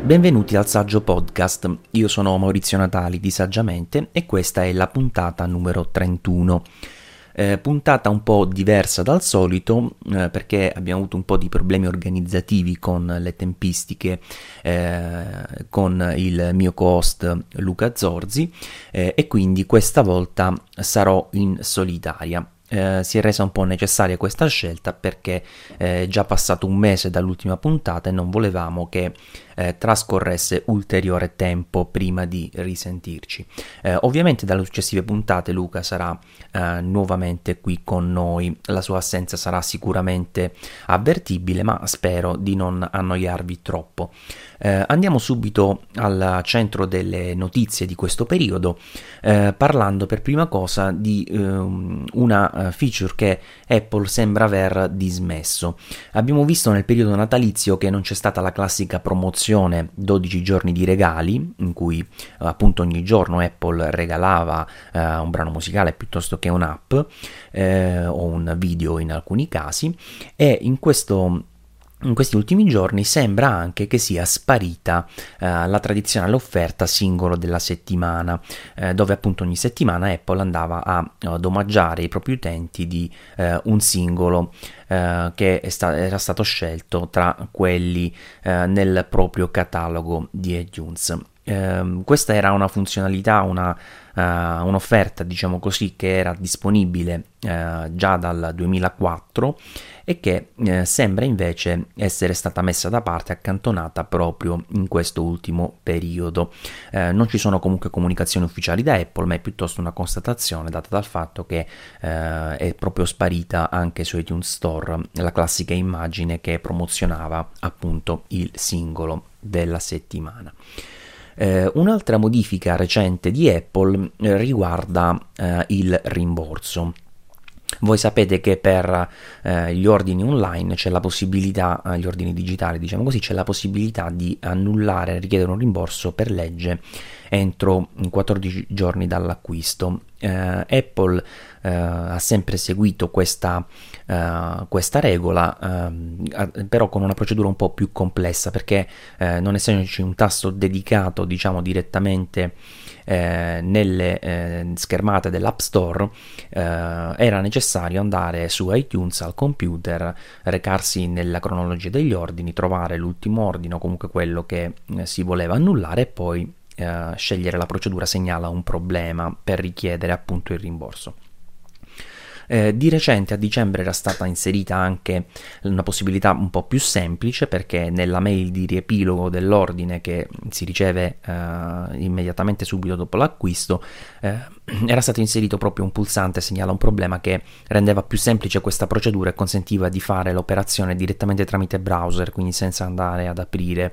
Benvenuti al Saggio Podcast, io sono Maurizio Natali di Saggiamente e questa è la puntata numero 31. Puntata un po' diversa dal solito perché abbiamo avuto un po' di problemi organizzativi con le tempistiche con il mio co-host Luca Zorzi e quindi questa volta sarò in solitaria. Si è resa un po' necessaria questa scelta perché è già passato un mese dall'ultima puntata e non volevamo che trascorresse ulteriore tempo prima di risentirci. Ovviamente dalle successive puntate Luca sarà nuovamente qui con noi, la sua assenza sarà sicuramente avvertibile, ma spero di non annoiarvi troppo. Andiamo subito al centro delle notizie di questo periodo, parlando per prima cosa di una feature che Apple sembra aver dismesso. Abbiamo visto nel periodo natalizio che non c'è stata la classica promozione 12 giorni di regali, in cui appunto ogni giorno Apple regalava un brano musicale piuttosto che un'app o un video in alcuni casi, e in questi ultimi giorni sembra anche che sia sparita la tradizionale offerta singolo della settimana, dove appunto ogni settimana Apple andava ad omaggiare i propri utenti di un singolo che era stato scelto tra quelli nel proprio catalogo di iTunes. Questa era una funzionalità, un'offerta, diciamo così, che era disponibile già dal 2004 e che sembra invece essere stata messa da parte, accantonata proprio in questo ultimo periodo. Non ci sono comunque comunicazioni ufficiali da Apple, ma è piuttosto una constatazione data dal fatto che è proprio sparita anche su iTunes Store la classica immagine che promozionava appunto il singolo della settimana. Un'altra modifica recente di Apple riguarda il rimborso. Voi sapete che per gli ordini online c'è la possibilità, gli ordini digitali diciamo così, c'è la possibilità di annullare, richiedere un rimborso per legge entro 14 giorni dall'acquisto. Apple ha sempre seguito questa regola, però con una procedura un po' più complessa, perché non essendoci un tasto dedicato diciamo direttamente nelle schermate dell'App Store, era necessario andare su iTunes al computer, recarsi nella cronologia degli ordini, trovare l'ultimo ordine o comunque quello che si voleva annullare e poi scegliere la procedura segnala un problema per richiedere appunto il rimborso. Di recente a dicembre era stata inserita anche una possibilità un po' più semplice, perché nella mail di riepilogo dell'ordine che si riceve immediatamente subito dopo l'acquisto era stato inserito proprio un pulsante segnala un problema che rendeva più semplice questa procedura e consentiva di fare l'operazione direttamente tramite browser, quindi senza andare ad aprire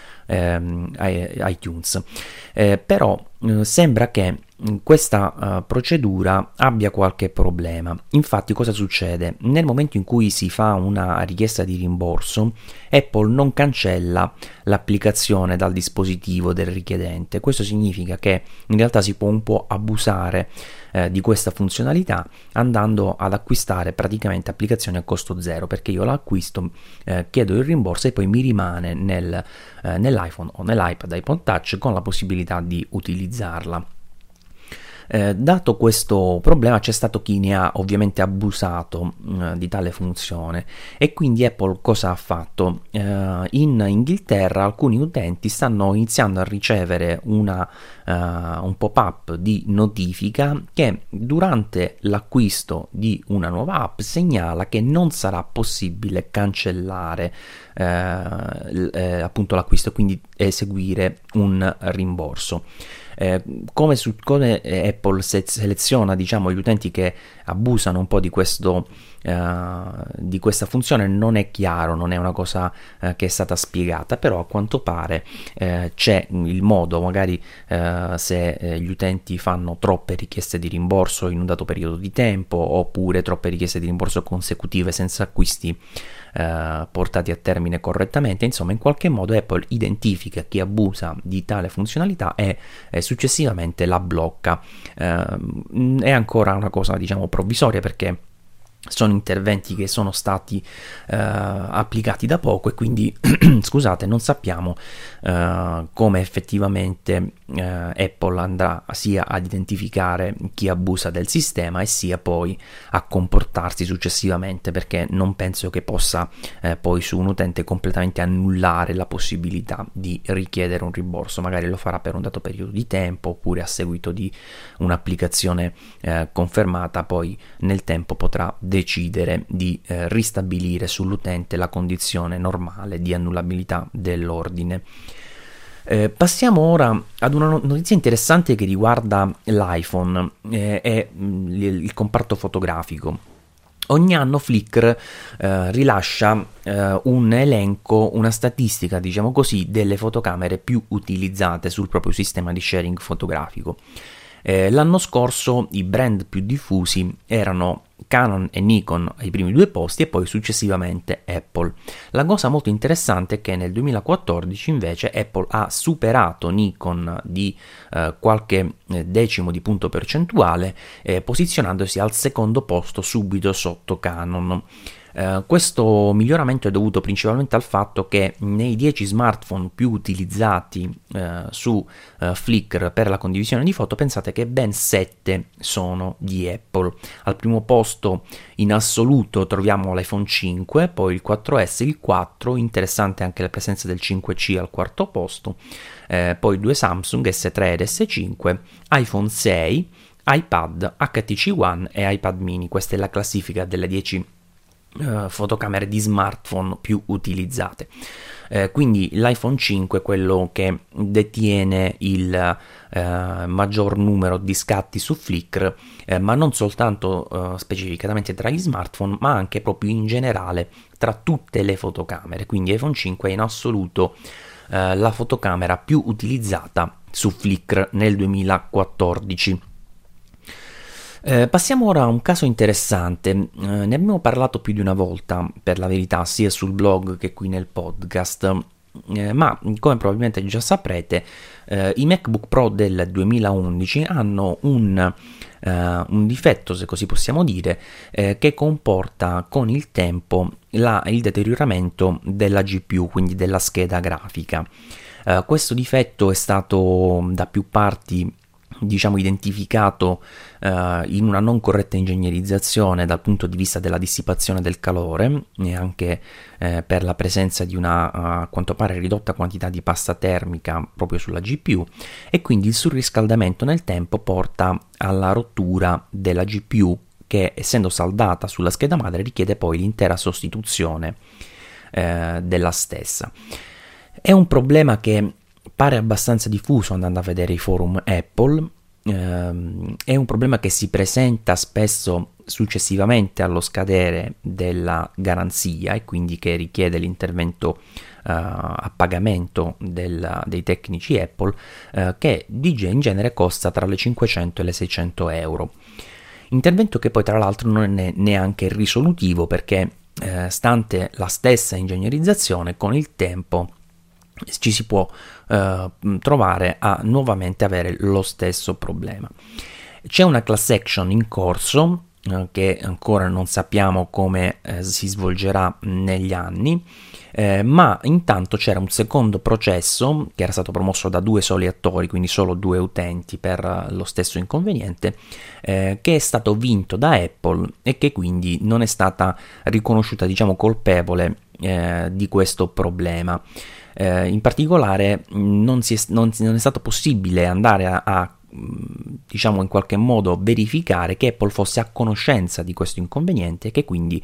iTunes. Però sembra che questa procedura abbia qualche problema. Infatti cosa succede? Nel momento in cui si fa una richiesta di rimborso, Apple non cancella l'applicazione dal dispositivo del richiedente. Questo significa che in realtà si può un po' abusare di questa funzionalità andando ad acquistare praticamente applicazioni a costo zero, perché io l'acquisto, chiedo il rimborso e poi mi rimane nell'iPhone o nell'iPad, iPod Touch, con la possibilità di utilizzarla. Dato questo problema c'è stato chi ne ha ovviamente abusato di tale funzione, e quindi Apple cosa ha fatto? In Inghilterra alcuni utenti stanno iniziando a ricevere un pop-up di notifica che durante l'acquisto di una nuova app segnala che non sarà possibile cancellare appunto l'acquisto e quindi eseguire un rimborso. Come Apple seleziona diciamo gli utenti che abusano un po' di questa funzione non è chiaro, non è una cosa che è stata spiegata, però a quanto pare c'è il modo, magari se gli utenti fanno troppe richieste di rimborso in un dato periodo di tempo, oppure troppe richieste di rimborso consecutive senza acquisti portati a termine correttamente. Insomma, in qualche modo Apple identifica chi abusa di tale funzionalità e successivamente la blocca. È ancora una cosa diciamo provvisoria, perché sono interventi che sono stati applicati da poco e quindi scusate, non sappiamo come effettivamente Apple andrà sia ad identificare chi abusa del sistema e sia poi a comportarsi successivamente, perché non penso che possa poi su un utente completamente annullare la possibilità di richiedere un rimborso. Magari lo farà per un dato periodo di tempo oppure a seguito di un'applicazione confermata, poi nel tempo potrà decidere di ristabilire sull'utente la condizione normale di annullabilità dell'ordine. Passiamo ora ad una notizia interessante che riguarda l'iPhone e il comparto fotografico. Ogni anno Flickr rilascia un elenco, una statistica, diciamo così, delle fotocamere più utilizzate sul proprio sistema di sharing fotografico. L'anno scorso i brand più diffusi erano Canon e Nikon ai primi 2 posti e poi successivamente Apple. La cosa molto interessante è che nel 2014 invece Apple ha superato Nikon di qualche decimo di punto percentuale, posizionandosi al secondo posto subito sotto Canon. Questo miglioramento è dovuto principalmente al fatto che nei 10 smartphone più utilizzati su Flickr per la condivisione di foto, pensate che ben 7 sono di Apple. Al primo posto in assoluto troviamo l'iPhone 5, poi il 4S, il 4, interessante anche la presenza del 5C al quarto posto, poi 2 Samsung S3 ed S5, iPhone 6, iPad, HTC One e iPad mini. Questa è la classifica delle 10 fotocamere di smartphone più utilizzate. Quindi l'iPhone 5 è quello che detiene il maggior numero di scatti su Flickr, ma non soltanto specificatamente tra gli smartphone, ma anche proprio in generale tra tutte le fotocamere. Quindi iPhone 5 è in assoluto la fotocamera più utilizzata su Flickr nel 2014. Passiamo ora a un caso interessante. Ne abbiamo parlato più di una volta, per la verità, sia sul blog che qui nel podcast, ma come probabilmente già saprete, i MacBook Pro del 2011 hanno un difetto, se così possiamo dire, che comporta con il tempo il deterioramento della GPU, quindi della scheda grafica. Questo difetto è stato da più parti, diciamo, identificato in una non corretta ingegnerizzazione dal punto di vista della dissipazione del calore e anche per la presenza di una a quanto pare ridotta quantità di pasta termica proprio sulla GPU, e quindi il surriscaldamento nel tempo porta alla rottura della GPU che, essendo saldata sulla scheda madre, richiede poi l'intera sostituzione della stessa. È un problema che pare abbastanza diffuso andando a vedere i forum Apple. È un problema che si presenta spesso successivamente allo scadere della garanzia e quindi che richiede l'intervento a pagamento dei tecnici Apple, che in genere costa tra le 500 e le 600 euro. Intervento che poi tra l'altro non è neanche risolutivo, perché stante la stessa ingegnerizzazione, con il tempo ci si può trovare a nuovamente avere lo stesso problema. C'è una class action in corso che ancora non sappiamo come si svolgerà negli anni, ma intanto c'era un secondo processo che era stato promosso da 2 soli attori, quindi solo 2 utenti per lo stesso inconveniente, che è stato vinto da Apple e che quindi non è stata riconosciuta, diciamo, colpevole di questo problema. In particolare non è stato possibile andare a diciamo in qualche modo verificare che Apple fosse a conoscenza di questo inconveniente e che quindi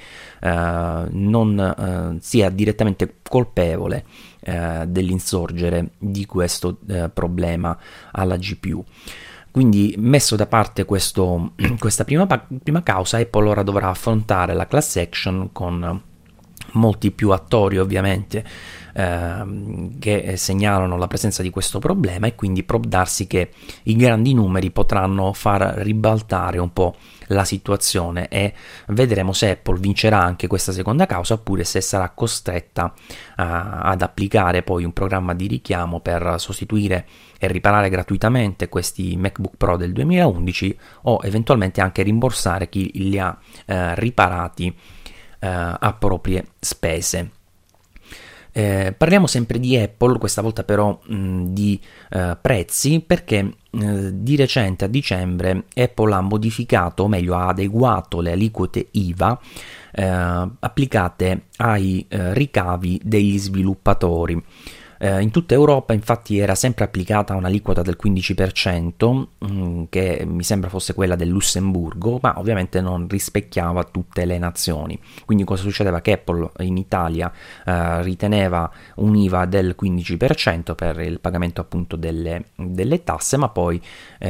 non sia direttamente colpevole dell'insorgere di questo problema alla GPU. Quindi, messo da parte questa prima causa, Apple ora dovrà affrontare la class action con molti più attori ovviamente che segnalano la presenza di questo problema, e quindi può darsi che i grandi numeri potranno far ribaltare un po' la situazione, e vedremo se Apple vincerà anche questa seconda causa oppure se sarà costretta ad applicare poi un programma di richiamo per sostituire e riparare gratuitamente questi MacBook Pro del 2011, o eventualmente anche rimborsare chi li ha riparati a proprie spese. Parliamo sempre di Apple, questa volta però di prezzi, perché di recente a dicembre Apple ha modificato, o meglio ha adeguato le aliquote IVA applicate ai ricavi degli sviluppatori. In tutta Europa infatti era sempre applicata un'aliquota del 15%, che mi sembra fosse quella del Lussemburgo, ma ovviamente non rispecchiava tutte le nazioni. Quindi cosa succedeva? Che Apple in Italia riteneva un IVA del 15% per il pagamento appunto delle tasse, ma poi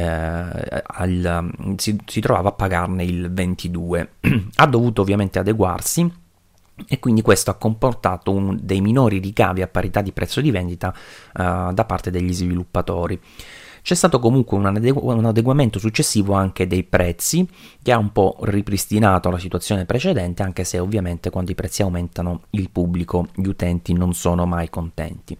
si trovava a pagarne il 22%. Ha dovuto ovviamente adeguarsi, e quindi questo ha comportato dei minori ricavi a parità di prezzo di vendita da parte degli sviluppatori. C'è stato comunque un adeguamento successivo anche dei prezzi, che ha un po' ripristinato la situazione precedente, anche se ovviamente quando i prezzi aumentano il pubblico, gli utenti non sono mai contenti.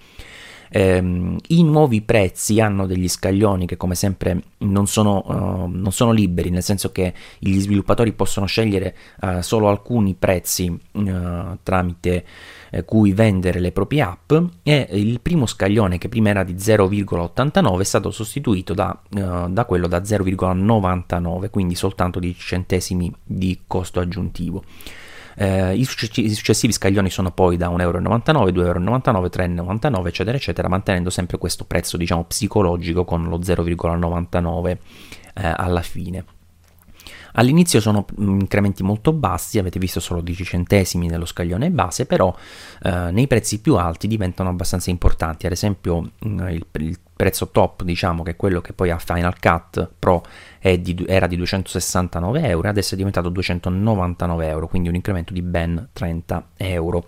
I nuovi prezzi hanno degli scaglioni che come sempre non sono liberi, nel senso che gli sviluppatori possono scegliere solo alcuni prezzi tramite cui vendere le proprie app, e il primo scaglione, che prima era di 0,89, è stato sostituito da quello da 0,99, quindi soltanto 10 centesimi di costo aggiuntivo. I successivi scaglioni sono poi da 1,99 €, 2,99 €, 3,99 €, eccetera eccetera, mantenendo sempre questo prezzo diciamo psicologico con lo 0,99 alla fine. All'inizio sono incrementi molto bassi, avete visto solo 10 centesimi nello scaglione base, però nei prezzi più alti diventano abbastanza importanti. Ad esempio il prezzo top, diciamo, che è quello che poi ha Final Cut Pro, era di 269 €, adesso è diventato 299 €, quindi un incremento di ben 30 €.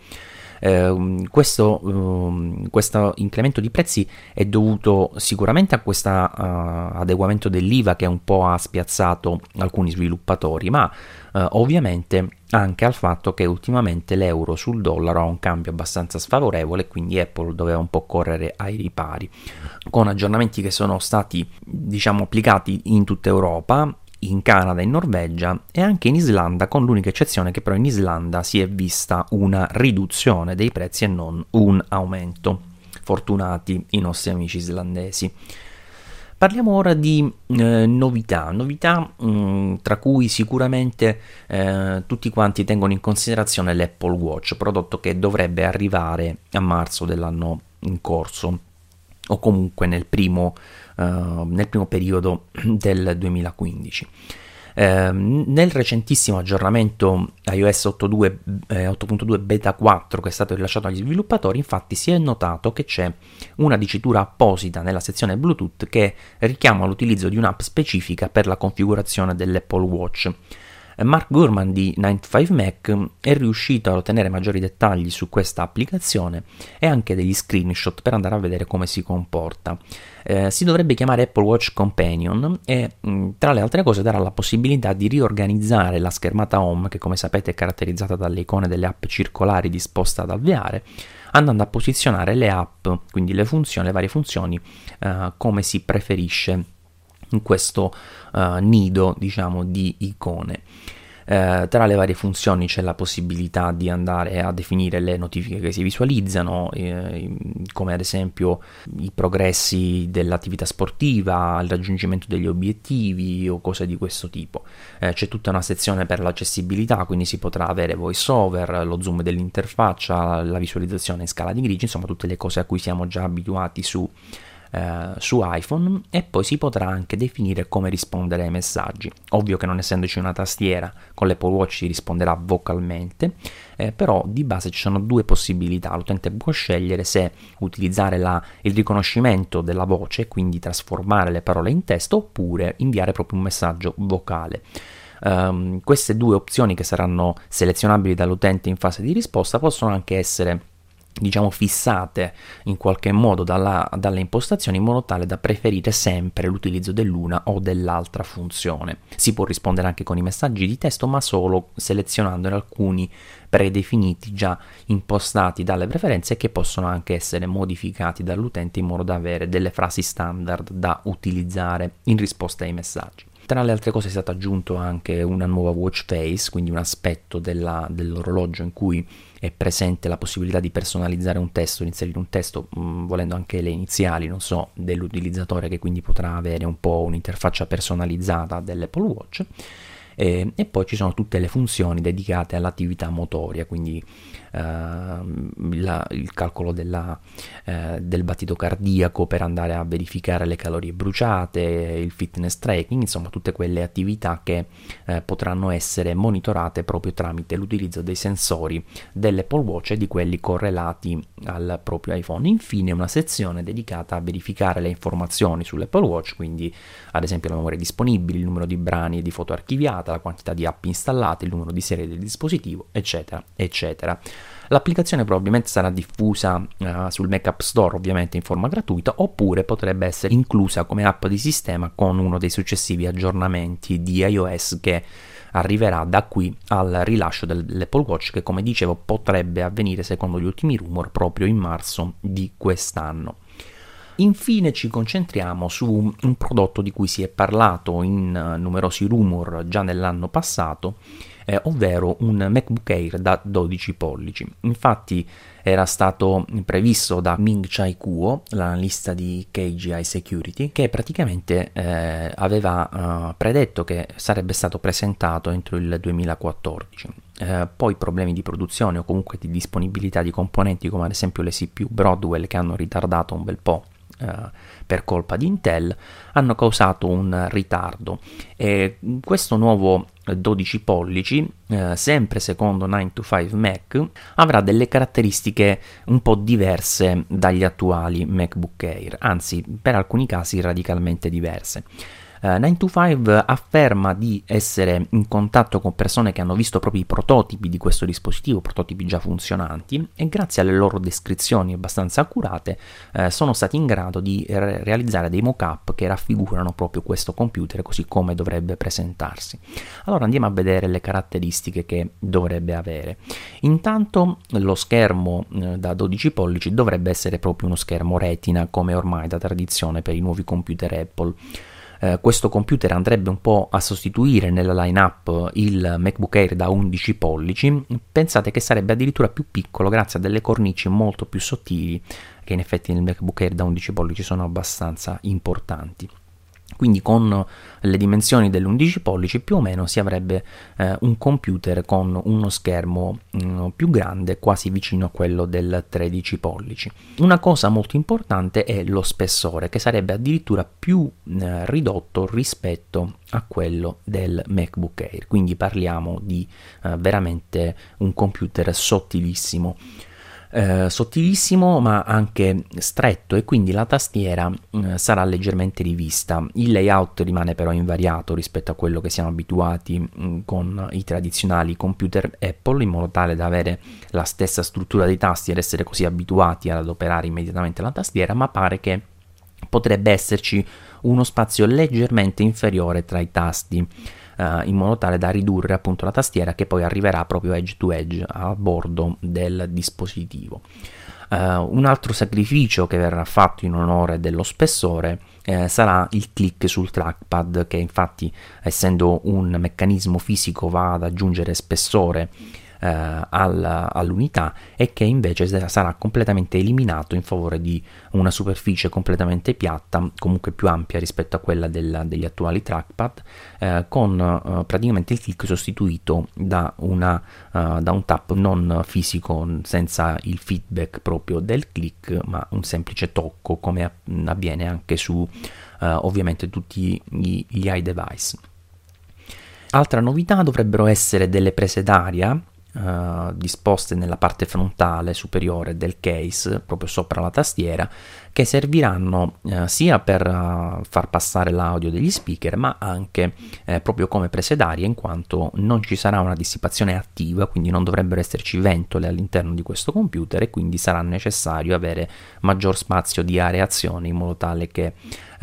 Questo incremento di prezzi è dovuto sicuramente a questo adeguamento dell'IVA, che un po' ha spiazzato alcuni sviluppatori, ma ovviamente anche al fatto che ultimamente l'euro sul dollaro ha un cambio abbastanza sfavorevole, quindi Apple doveva un po' correre ai ripari, con aggiornamenti che sono stati diciamo applicati in tutta Europa, in Canada, in Norvegia e anche in Islanda, con l'unica eccezione che però in Islanda si è vista una riduzione dei prezzi e non un aumento. Fortunati i nostri amici islandesi. Parliamo ora di novità, tra cui sicuramente tutti quanti tengono in considerazione l'Apple Watch, prodotto che dovrebbe arrivare a marzo dell'anno in corso, o comunque nel primo periodo del 2015. Nel recentissimo aggiornamento iOS 8.2 Beta 4 che è stato rilasciato agli sviluppatori, infatti si è notato che c'è una dicitura apposita nella sezione Bluetooth che richiama l'utilizzo di un'app specifica per la configurazione dell'Apple Watch. Mark Gurman di 9to5Mac è riuscito a ottenere maggiori dettagli su questa applicazione e anche degli screenshot per andare a vedere come si comporta. Si dovrebbe chiamare Apple Watch Companion e tra le altre cose darà la possibilità di riorganizzare la schermata home, che come sapete è caratterizzata dalle icone delle app circolari disposte ad alveare, andando a posizionare le app, quindi le varie funzioni, come si preferisce in questo nido, diciamo, di icone. Tra le varie funzioni c'è la possibilità di andare a definire le notifiche che si visualizzano, come ad esempio i progressi dell'attività sportiva, il raggiungimento degli obiettivi o cose di questo tipo. C'è tutta una sezione per l'accessibilità, quindi si potrà avere voice over, lo zoom dell'interfaccia, la visualizzazione in scala di grigi, insomma tutte le cose a cui siamo già abituati su iPhone, e poi si potrà anche definire come rispondere ai messaggi. Ovvio che non essendoci una tastiera, con l'Apple Watch si risponderà vocalmente, però di base ci sono due possibilità. L'utente può scegliere se utilizzare il riconoscimento della voce, quindi trasformare le parole in testo, oppure inviare proprio un messaggio vocale. Queste due opzioni, che saranno selezionabili dall'utente in fase di risposta, possono anche essere, diciamo, fissate in qualche modo dalle impostazioni, in modo tale da preferire sempre l'utilizzo dell'una o dell'altra funzione. Si può rispondere anche con i messaggi di testo, ma solo selezionandone alcuni predefiniti già impostati dalle preferenze, che possono anche essere modificati dall'utente in modo da avere delle frasi standard da utilizzare in risposta ai messaggi. Tra le altre cose è stato aggiunto anche una nuova watch face, quindi un aspetto dell'orologio in cui è presente la possibilità di personalizzare un testo, inserire un testo, volendo anche le iniziali, non so, dell'utilizzatore, che quindi potrà avere un po' un'interfaccia personalizzata dell'Apple Watch. E poi ci sono tutte le funzioni dedicate all'attività motoria, quindi il calcolo del battito cardiaco per andare a verificare le calorie bruciate, il fitness tracking, insomma tutte quelle attività che potranno essere monitorate proprio tramite l'utilizzo dei sensori dell'Apple Watch e di quelli correlati al proprio iPhone. Infine una sezione dedicata a verificare le informazioni sull'Apple Watch, quindi ad esempio la memoria disponibile, il numero di brani e di foto archiviata, la quantità di app installate, il numero di serie del dispositivo, eccetera, eccetera. L'applicazione probabilmente sarà diffusa sul Mac App Store, ovviamente in forma gratuita, oppure potrebbe essere inclusa come app di sistema con uno dei successivi aggiornamenti di iOS che arriverà da qui al rilascio dell'Apple Watch, che, come dicevo, potrebbe avvenire, secondo gli ultimi rumor, proprio in marzo di quest'anno. Infine ci concentriamo su un prodotto di cui si è parlato in numerosi rumor già nell'anno passato, ovvero un MacBook Air da 12 pollici. Infatti era stato previsto da Ming-Chi Kuo, l'analista di KGI Security, che praticamente aveva predetto che sarebbe stato presentato entro il 2014. Poi problemi di produzione o comunque di disponibilità di componenti, come ad esempio le CPU Broadwell, che hanno ritardato un bel po' per colpa di Intel, hanno causato un ritardo. E questo nuovo 12 pollici, sempre secondo 9to5Mac, avrà delle caratteristiche un po' diverse dagli attuali MacBook Air, anzi per alcuni casi radicalmente diverse. 9to5 afferma di essere in contatto con persone che hanno visto proprio i prototipi di questo dispositivo, prototipi già funzionanti, e grazie alle loro descrizioni abbastanza accurate sono stati in grado di realizzare dei mock-up che raffigurano proprio questo computer così come dovrebbe presentarsi. Allora andiamo a vedere le caratteristiche che dovrebbe avere. Intanto lo schermo da 12 pollici dovrebbe essere proprio uno schermo Retina, come ormai da tradizione per i nuovi computer Apple. Questo computer andrebbe un po' a sostituire nella line-up il MacBook Air da 11 pollici. Pensate che sarebbe addirittura più piccolo grazie a delle cornici molto più sottili, che in effetti nel MacBook Air da 11 pollici sono abbastanza importanti. Quindi con le dimensioni dell'11 pollici più o meno si avrebbe un computer con uno schermo più grande, quasi vicino a quello del 13 pollici. Una cosa molto importante è lo spessore, che sarebbe addirittura più ridotto rispetto a quello del MacBook Air. Quindi parliamo di veramente un computer sottilissimo. Sottilissimo ma anche stretto, e quindi la tastiera sarà leggermente rivista. Il layout rimane però invariato rispetto a quello che siamo abituati con i tradizionali computer Apple, in modo tale da avere la stessa struttura dei tasti ed essere così abituati ad adoperare immediatamente la tastiera, ma pare che potrebbe esserci uno spazio leggermente inferiore tra i tasti, in modo tale da ridurre appunto la tastiera, che poi arriverà proprio edge to edge a bordo del dispositivo. Un altro sacrificio che verrà fatto in onore dello spessore sarà il click sul trackpad, che infatti, essendo un meccanismo fisico, va ad aggiungere spessore all'unità, e che invece sarà completamente eliminato in favore di una superficie completamente piatta, comunque più ampia rispetto a quella degli attuali trackpad, con praticamente il click sostituito da un tap non fisico, senza il feedback proprio del click, ma un semplice tocco, come avviene anche su ovviamente tutti gli iDevice. Altra novità dovrebbero essere delle prese d'aria disposte nella parte frontale superiore del case, proprio sopra la tastiera, che serviranno sia per far passare l'audio degli speaker, ma anche proprio come prese d'aria, in quanto non ci sarà una dissipazione attiva, quindi non dovrebbero esserci ventole all'interno di questo computer, e quindi sarà necessario avere maggior spazio di areazione in modo tale che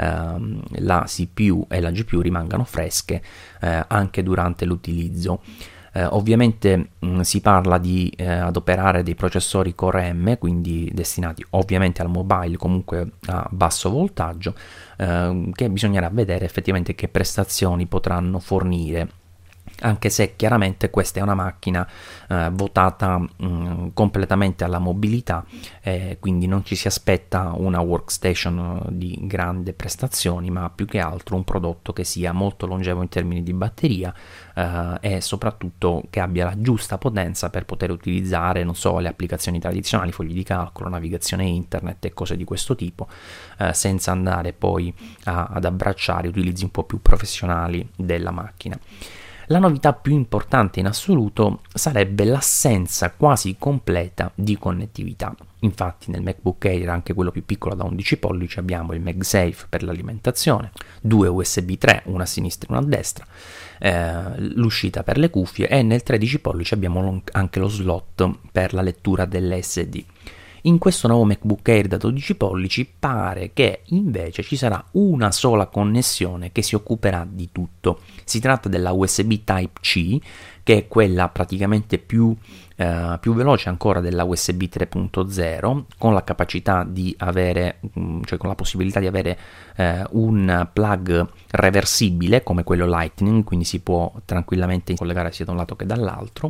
la CPU e la GPU rimangano fresche anche durante l'utilizzo. Ovviamente si parla di adoperare dei processori Core M, quindi destinati ovviamente al mobile, comunque a basso voltaggio, che bisognerà vedere effettivamente che prestazioni potranno fornire, anche se chiaramente questa è una macchina votata completamente alla mobilità, quindi non ci si aspetta una workstation di grandi prestazioni, ma più che altro un prodotto che sia molto longevo in termini di batteria e soprattutto che abbia la giusta potenza per poter utilizzare, non so, le applicazioni tradizionali, fogli di calcolo, navigazione internet e cose di questo tipo, senza andare poi ad abbracciare utilizzi un po' più professionali della macchina. La novità più importante in assoluto sarebbe l'assenza quasi completa di connettività. Infatti nel MacBook Air, anche quello più piccolo da 11 pollici, abbiamo il MagSafe per l'alimentazione, 2 USB 3, una a sinistra e una a destra, l'uscita per le cuffie, e nel 13 pollici abbiamo anche lo slot per la lettura dell'SD. In questo nuovo MacBook Air da 12 pollici pare che invece ci sarà una sola connessione che si occuperà di tutto. Si tratta della USB Type-C, che è quella praticamente più veloce ancora della USB 3.0, con la capacità di avere, cioè con la possibilità di avere un plug reversibile come quello Lightning, quindi si può tranquillamente collegare sia da un lato che dall'altro.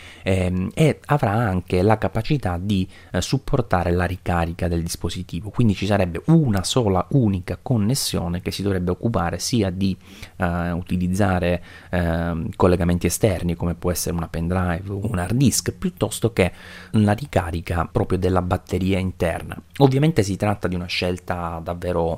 E avrà anche la capacità di supportare la ricarica del dispositivo, quindi ci sarebbe una sola unica connessione che si dovrebbe occupare sia di utilizzare collegamenti esterni come può essere una pendrive o un hard disk, piuttosto che la ricarica proprio della batteria interna. Ovviamente si tratta di una scelta davvero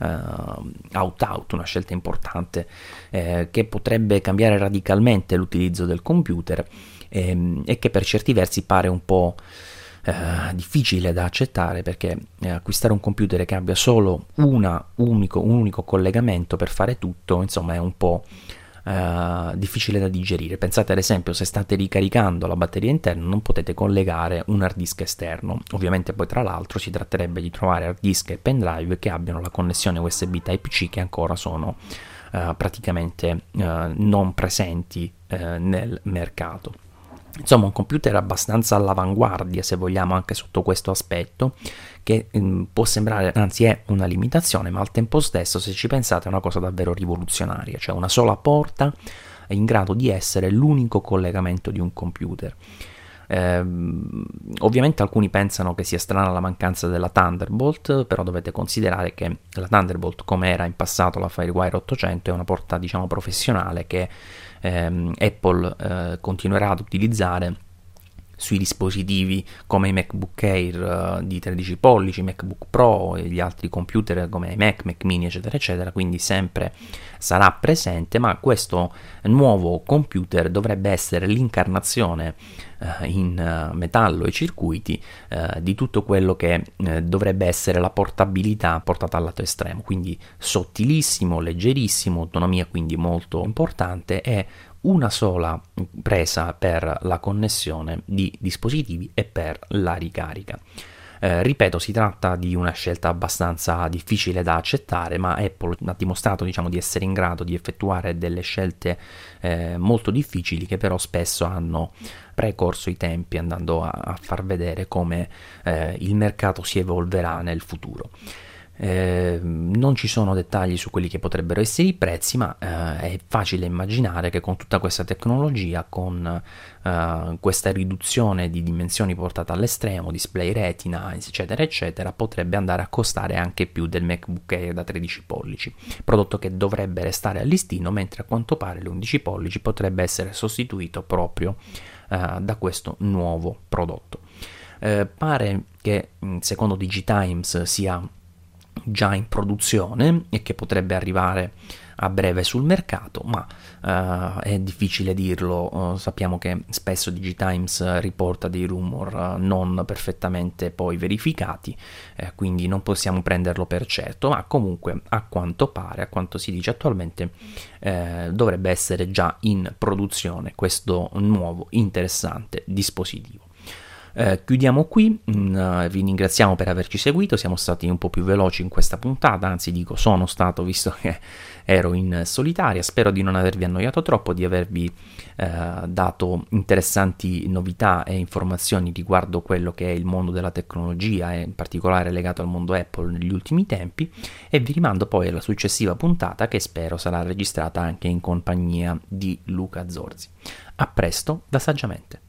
out, una scelta importante che potrebbe cambiare radicalmente l'utilizzo del computer e che per certi versi pare un po' difficile da accettare, perché acquistare un computer che abbia solo un unico collegamento per fare tutto, insomma, è un po' difficile da digerire. Pensate ad esempio, se state ricaricando la batteria interna, non potete collegare un hard disk esterno. Ovviamente poi tra l'altro si tratterebbe di trovare hard disk e pendrive che abbiano la connessione USB Type-C, che ancora sono praticamente non presenti nel mercato. Insomma, un computer abbastanza all'avanguardia, se vogliamo, anche sotto questo aspetto, che può sembrare, anzi è una limitazione, ma al tempo stesso, se ci pensate, è una cosa davvero rivoluzionaria, cioè una sola porta in grado di essere l'unico collegamento di un computer. Ovviamente alcuni pensano che sia strana la mancanza della Thunderbolt, però dovete considerare che la Thunderbolt, come era in passato la FireWire 800, è una porta, diciamo, professionale che Apple continuerà ad utilizzare sui dispositivi come i MacBook Air di 13 pollici, MacBook Pro e gli altri computer come iMac, Mac Mini, eccetera eccetera, quindi sempre sarà presente, ma questo nuovo computer dovrebbe essere l'incarnazione in metallo e circuiti di tutto quello che dovrebbe essere la portabilità portata al lato estremo, quindi sottilissimo, leggerissimo, autonomia quindi molto importante e una sola presa per la connessione di dispositivi e per la ricarica. Ripeto, si tratta di una scelta abbastanza difficile da accettare, ma Apple ha dimostrato, diciamo, di essere in grado di effettuare delle scelte molto difficili, che però spesso hanno precorso i tempi, andando a far vedere come il mercato si evolverà nel futuro. Non ci sono dettagli su quelli che potrebbero essere i prezzi, ma è facile immaginare che con tutta questa tecnologia, con questa riduzione di dimensioni portata all'estremo, display retina, eccetera eccetera, potrebbe andare a costare anche più del MacBook Air da 13 pollici, prodotto che dovrebbe restare al listino, mentre a quanto pare l'11 pollici potrebbe essere sostituito proprio da questo nuovo prodotto. Pare che secondo DigiTimes sia già in produzione e che potrebbe arrivare a breve sul mercato, ma è difficile dirlo. Sappiamo che spesso DigiTimes riporta dei rumor non perfettamente poi verificati, quindi non possiamo prenderlo per certo, ma comunque a quanto pare, a quanto si dice attualmente, dovrebbe essere già in produzione questo nuovo interessante dispositivo. Chiudiamo qui, vi ringraziamo per averci seguito, siamo stati un po' più veloci in questa puntata, anzi dico sono stato, visto che ero in solitaria. Spero di non avervi annoiato troppo, di avervi dato interessanti novità e informazioni riguardo quello che è il mondo della tecnologia e in particolare legato al mondo Apple negli ultimi tempi, e vi rimando poi alla successiva puntata, che spero sarà registrata anche in compagnia di Luca Zorzi. A presto da Saggiamente.